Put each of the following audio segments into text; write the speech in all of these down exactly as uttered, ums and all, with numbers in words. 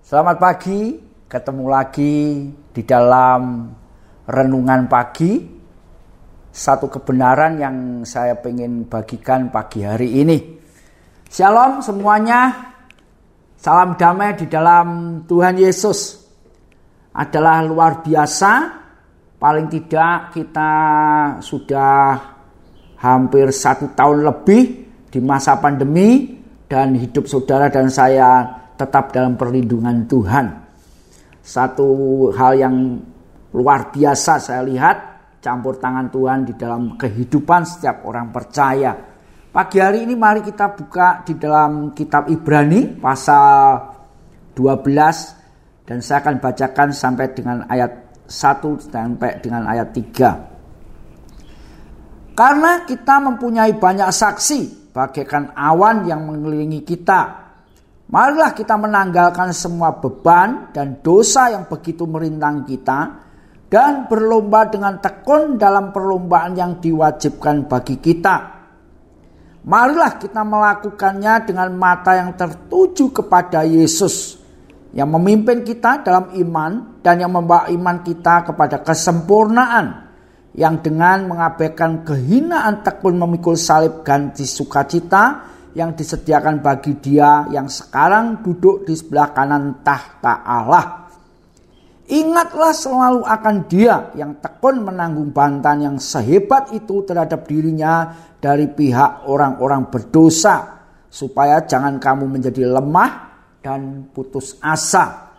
Selamat pagi, ketemu lagi di dalam renungan pagi. Satu kebenaran yang saya ingin bagikan pagi hari ini. Shalom semuanya, salam damai di dalam Tuhan Yesus. Adalah luar biasa, paling tidak kita sudah hampir satu tahun lebih di masa pandemi dan hidup saudara dan saya tetap dalam perlindungan Tuhan. Satu hal yang luar biasa saya lihat, campur tangan Tuhan di dalam kehidupan setiap orang percaya. Pagi hari ini mari kita buka di dalam kitab Ibrani pasal dua belas dan saya akan bacakan sampai dengan ayat satu sampai dengan ayat tiga. Karena kita mempunyai banyak saksi bagaikan awan yang mengelilingi kita, marilah kita menanggalkan semua beban dan dosa yang begitu merintang kita dan berlomba dengan tekun dalam perlombaan yang diwajibkan bagi kita. Marilah kita melakukannya dengan mata yang tertuju kepada Yesus yang memimpin kita dalam iman dan yang membawa iman kita kepada kesempurnaan, yang dengan mengabaikan kehinaan tekun memikul salib ganti sukacita yang disediakan bagi Dia yang sekarang duduk di sebelah kanan tahta Allah. Ingatlah selalu akan Dia yang tekun menanggung bantahan yang sehebat itu terhadap dirinya dari pihak orang-orang berdosa, supaya jangan kamu menjadi lemah dan putus asa.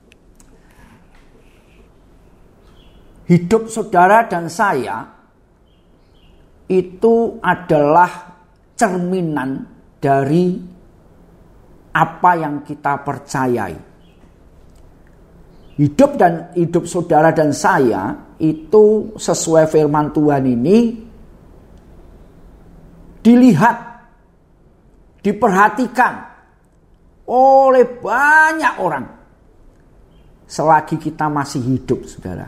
Hidup saudara dan saya itu adalah cerminan dari apa yang kita percayai. Hidup dan hidup saudara dan saya itu sesuai firman Tuhan ini dilihat, diperhatikan oleh banyak orang selagi kita masih hidup, saudara.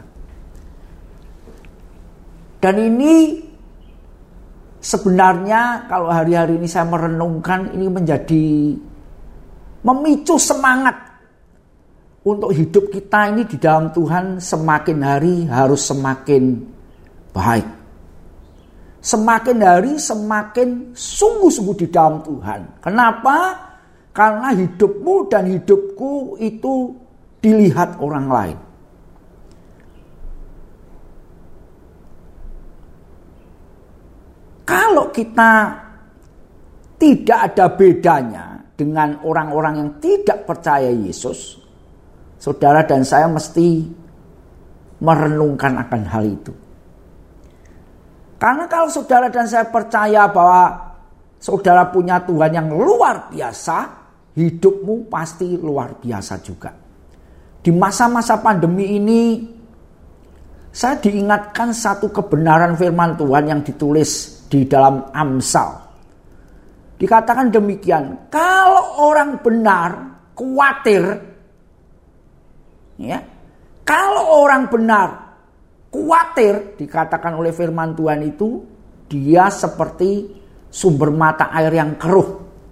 Dan ini sebenarnya kalau hari-hari ini saya merenungkan, ini menjadi memicu semangat untuk hidup kita ini di dalam Tuhan semakin hari harus semakin baik. Semakin hari semakin sungguh-sungguh di dalam Tuhan. Kenapa? Karena hidupmu dan hidupku itu dilihat orang lain. Kalau kita tidak ada bedanya dengan orang-orang yang tidak percaya Yesus, saudara dan saya mesti merenungkan akan hal itu. Karena kalau saudara dan saya percaya bahwa saudara punya Tuhan yang luar biasa, hidupmu pasti luar biasa juga. Di masa-masa pandemi ini, saya diingatkan satu kebenaran firman Tuhan yang ditulis di dalam Amsal. Dikatakan demikian, kalau orang benar khawatir, ya, kalau orang benar khawatir, dikatakan oleh firman Tuhan itu, dia seperti sumber mata air yang keruh.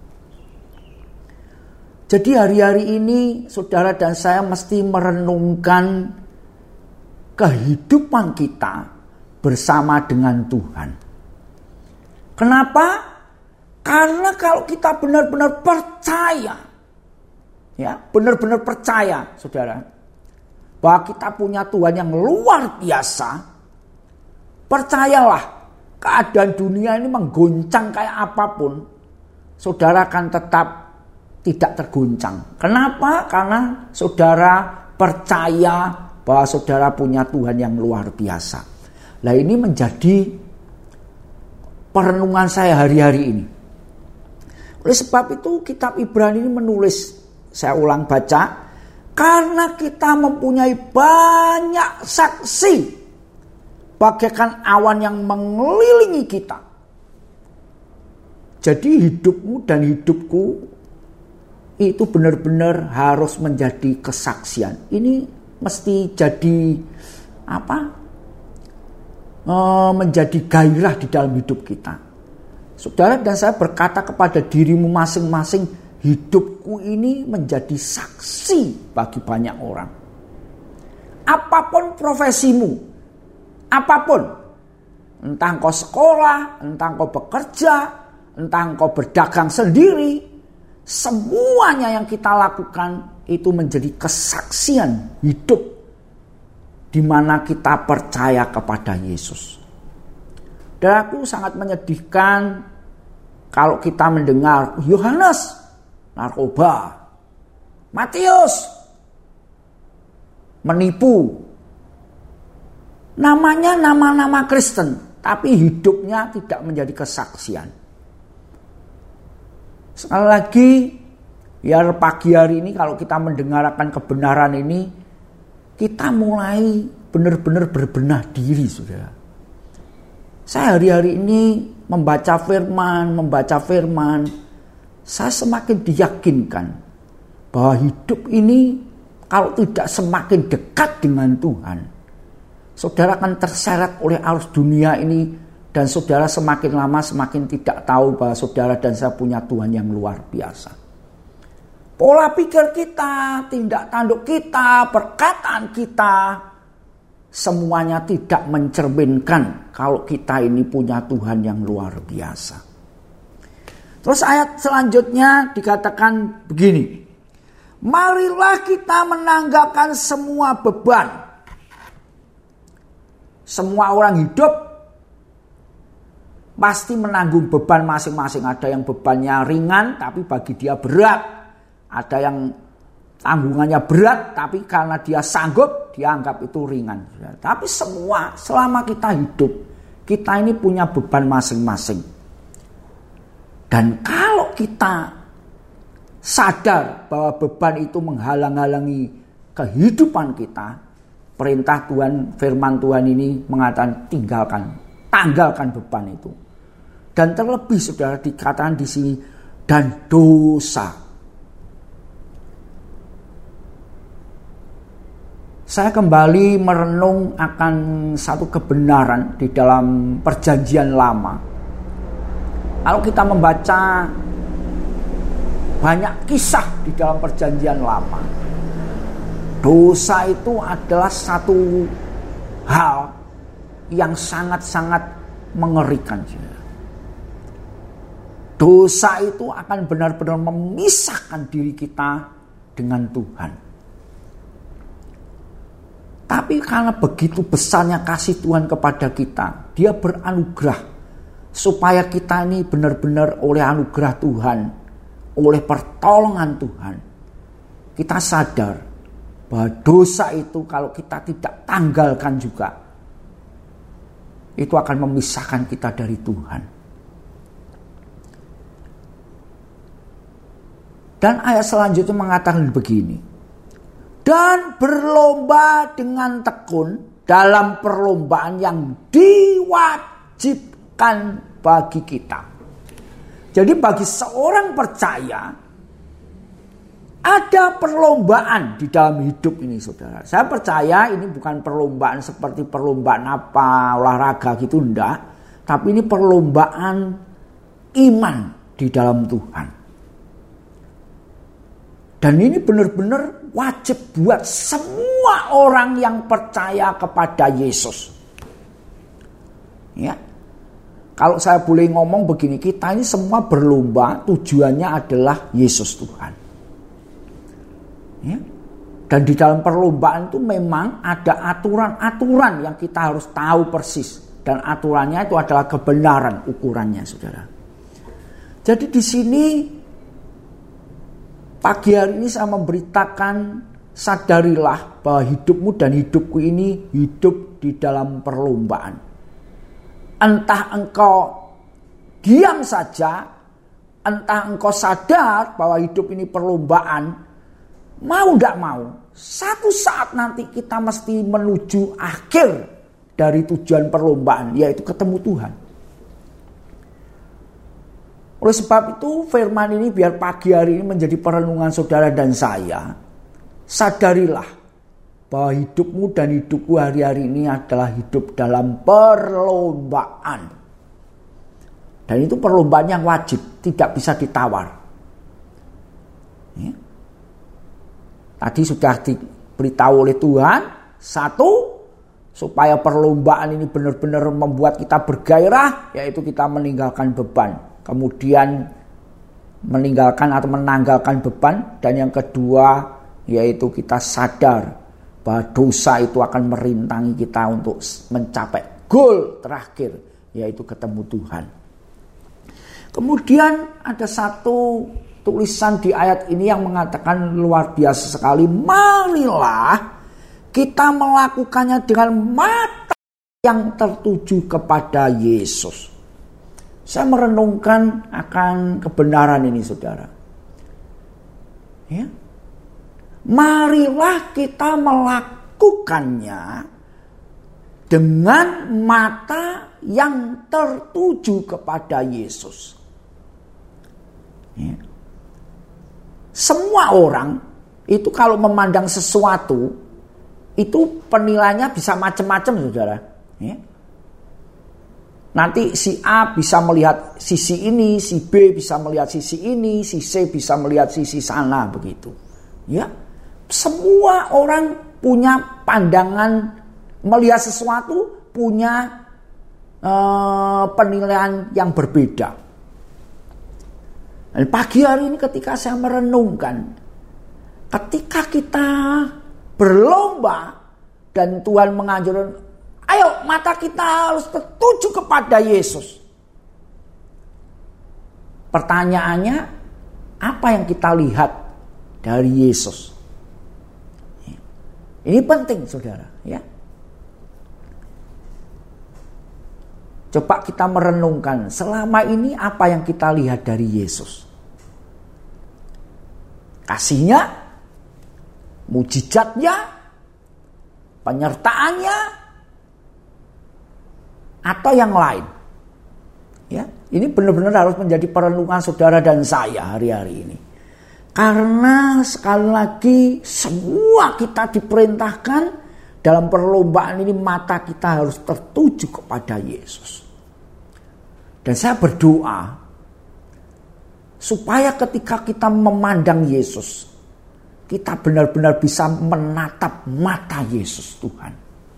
Jadi hari-hari ini saudara dan saya mesti merenungkan kehidupan kita bersama dengan Tuhan. Kenapa? Karena kalau kita benar-benar percaya, ya, benar-benar percaya, saudara, bahwa kita punya Tuhan yang luar biasa, percayalah, keadaan dunia ini menggoncang kayak apapun, saudara akan tetap tidak tergoncang. Kenapa? Karena saudara percaya bahwa saudara punya Tuhan yang luar biasa. Nah, ini menjadi perenungan saya hari-hari ini. Oleh sebab itu kitab Ibrani ini menulis, saya ulang baca, karena kita mempunyai banyak saksi bagaikan awan yang mengelilingi kita. Jadi hidupmu dan hidupku itu benar-benar harus menjadi kesaksian. Ini mesti jadi apa? menjadi gairah di dalam hidup kita. Saudara dan saya berkata kepada dirimu masing-masing, hidupku ini menjadi saksi bagi banyak orang. Apapun profesimu, apapun, entah engkau sekolah, entah engkau bekerja, entah engkau berdagang sendiri, semuanya yang kita lakukan itu menjadi kesaksian hidup di mana kita percaya kepada Yesus. Dan aku sangat menyedihkan kalau kita mendengar Yohanes narkoba, Matius menipu. Namanya nama-nama Kristen, tapi hidupnya tidak menjadi kesaksian. Sekali lagi, biar pagi hari ini kalau kita mendengarkan kebenaran ini, kita mulai benar-benar berbenah diri, saudara. Saya hari-hari ini membaca firman, membaca firman, saya semakin diyakinkan bahwa hidup ini kalau tidak semakin dekat dengan Tuhan, saudara akan terseret oleh arus dunia ini, dan saudara semakin lama semakin tidak tahu bahwa saudara dan saya punya Tuhan yang luar biasa. Pola pikir kita, tindak tanduk kita, perkataan kita, semuanya tidak mencerminkan kalau kita ini punya Tuhan yang luar biasa. Terus ayat selanjutnya dikatakan begini. Marilah kita menanggalkan semua beban. Semua orang hidup pasti menanggung beban masing-masing. Ada yang bebannya ringan tapi bagi dia berat. Ada yang tanggungannya berat tapi karena dia sanggup dia anggap itu ringan. Tapi semua selama kita hidup, kita ini punya beban masing-masing. Dan kalau kita sadar bahwa beban itu menghalang-halangi kehidupan kita, perintah Tuhan, firman Tuhan ini mengatakan tinggalkan, tanggalkan beban itu. Dan terlebih saudara dikatakan di sini, dan dosa. Saya kembali merenung akan satu kebenaran di dalam Perjanjian Lama. Kalau kita membaca banyak kisah di dalam Perjanjian Lama, dosa itu adalah satu hal yang sangat-sangat mengerikan. Dosa itu akan benar-benar memisahkan diri kita dengan Tuhan. Tapi karena begitu besarnya kasih Tuhan kepada kita, Dia beranugerah supaya kita ini benar-benar oleh anugerah Tuhan, oleh pertolongan Tuhan, kita sadar bahwa dosa itu kalau kita tidak tanggalkan juga, itu akan memisahkan kita dari Tuhan. Dan ayat selanjutnya mengatakan begini. Dan berlomba dengan tekun dalam perlombaan yang diwajibkan bagi kita. Jadi bagi seorang percaya ada perlombaan di dalam hidup ini, saudara. Saya percaya ini bukan perlombaan seperti perlombaan apa olahraga gitu, enggak. Tapi ini perlombaan iman di dalam Tuhan. Dan ini benar-benar wajib buat semua orang yang percaya kepada Yesus. Ya. Kalau saya boleh ngomong begini, kita ini semua berlomba, tujuannya adalah Yesus Tuhan. Ya. Dan di dalam perlombaan itu memang ada aturan-aturan yang kita harus tahu persis. Dan aturannya itu adalah kebenaran ukurannya, saudara. Jadi di sini pagi hari ini saya memberitakan, sadarilah bahwa hidupmu dan hidupku ini hidup di dalam perlombaan. Entah engkau diam saja, entah engkau sadar bahwa hidup ini perlombaan, mau tidak mau, satu saat nanti kita mesti menuju akhir dari tujuan perlombaan, yaitu ketemu Tuhan. Oleh sebab itu firman ini biar pagi hari ini menjadi perenungan saudara dan saya. Sadarilah bahwa hidupmu dan hidupku hari-hari ini adalah hidup dalam perlombaan. Dan itu perlombaan yang wajib, tidak bisa ditawar. Ya. Tadi sudah diberitahu oleh Tuhan, satu, supaya perlombaan ini benar-benar membuat kita bergairah, yaitu kita meninggalkan beban. Kemudian meninggalkan atau menanggalkan beban. Dan yang kedua, yaitu kita sadar bahwa dosa itu akan merintangi kita untuk mencapai goal terakhir, yaitu ketemu Tuhan. Kemudian ada satu tulisan di ayat ini yang mengatakan luar biasa sekali. Marilah kita melakukannya dengan mata yang tertuju kepada Yesus. Saya merenungkan akan kebenaran ini, saudara. Ya. Marilah kita melakukannya dengan mata yang tertuju kepada Yesus. Ya. Semua orang itu kalau memandang sesuatu itu penilaiannya bisa macam-macam, saudara. Ya. Nanti si A bisa melihat sisi ini, si B bisa melihat sisi ini, si C bisa melihat sisi sana, begitu. Ya, semua orang punya pandangan melihat sesuatu, punya uh, penilaian yang berbeda. Dan pagi hari ini ketika saya merenungkan, ketika kita berlomba dan Tuhan menganjurkan, ayo mata kita harus tertuju kepada Yesus. Pertanyaannya, apa yang kita lihat dari Yesus? Ini penting, saudara. Ya. Coba kita merenungkan, selama ini apa yang kita lihat dari Yesus? Kasihnya, mujizatnya, penyertaannya, atau yang lain. Ya, ini benar-benar harus menjadi perenungan saudara dan saya hari-hari ini. Karena sekali lagi semua kita diperintahkan dalam perlombaan ini, mata kita harus tertuju kepada Yesus. Dan saya berdoa supaya ketika kita memandang Yesus, kita benar-benar bisa menatap mata Yesus Tuhan.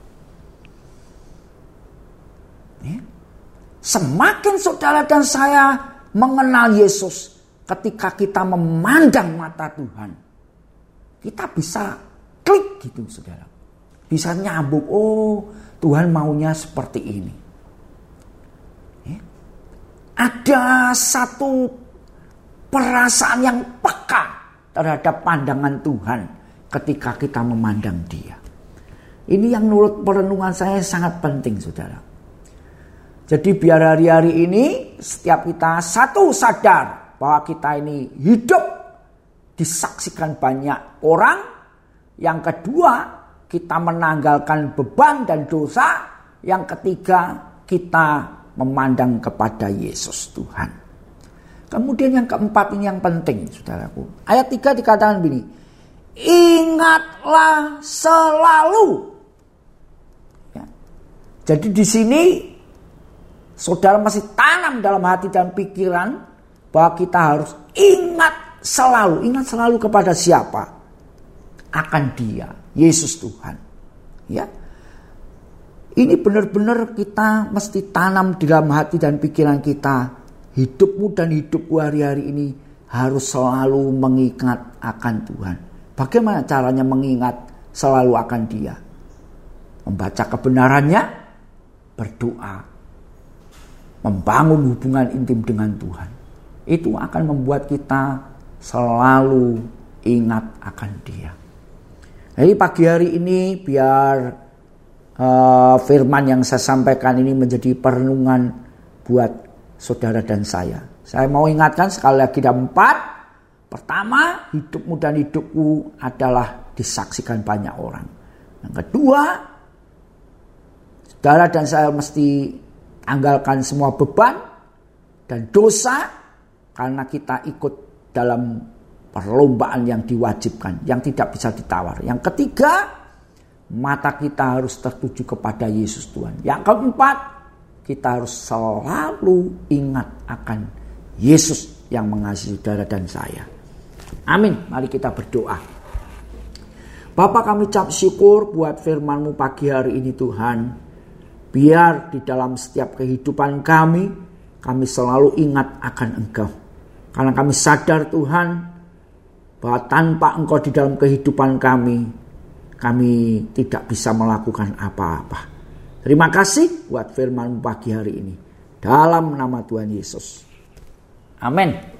Ya. Semakin saudara dan saya mengenal Yesus, ketika kita memandang mata Tuhan, kita bisa klik gitu, saudara. Bisa nyambung, oh Tuhan maunya seperti ini. Ya. Ada satu perasaan yang peka terhadap pandangan Tuhan ketika kita memandang Dia. Ini yang menurut perenungan saya sangat penting, saudara. Jadi biar hari-hari ini setiap kita satu sadar bahwa kita ini hidup disaksikan banyak orang. Yang kedua, kita menanggalkan beban dan dosa. Yang ketiga, kita memandang kepada Yesus Tuhan. Kemudian yang keempat ini yang penting, saudaraku. Ayat tiga dikatakan begini, ingatlah selalu. Ya. Jadi di sini saudara masih tanam dalam hati dan pikiran bahwa kita harus ingat selalu. Ingat selalu kepada siapa? Akan Dia, Yesus Tuhan. Ya. Ini benar-benar kita mesti tanam di dalam hati dan pikiran kita. Hidupmu dan hidupku hari-hari ini harus selalu mengingat akan Tuhan. Bagaimana caranya mengingat selalu akan Dia? Membaca kebenarannya, berdoa, membangun hubungan intim dengan Tuhan. Itu akan membuat kita selalu ingat akan Dia. Jadi pagi hari ini biar uh, firman yang saya sampaikan ini menjadi perenungan buat saudara dan saya. Saya mau ingatkan sekali lagi ada empat. Pertama, hidupmu dan hidupku adalah disaksikan banyak orang. Yang kedua, saudara dan saya mesti tanggalkan semua beban dan dosa karena kita ikut dalam perlombaan yang diwajibkan, yang tidak bisa ditawar. Yang ketiga, mata kita harus tertuju kepada Yesus Tuhan. Yang keempat, kita harus selalu ingat akan Yesus yang mengasihi saudara dan saya. Amin. Mari kita berdoa. Bapa, kami ucap syukur buat firman-Mu pagi hari ini Tuhan. Biar di dalam setiap kehidupan kami, kami selalu ingat akan Engkau. Karena kami sadar Tuhan, bahwa tanpa Engkau di dalam kehidupan kami, kami tidak bisa melakukan apa-apa. Terima kasih buat firman-Mu pagi hari ini. Dalam nama Tuhan Yesus. Amin.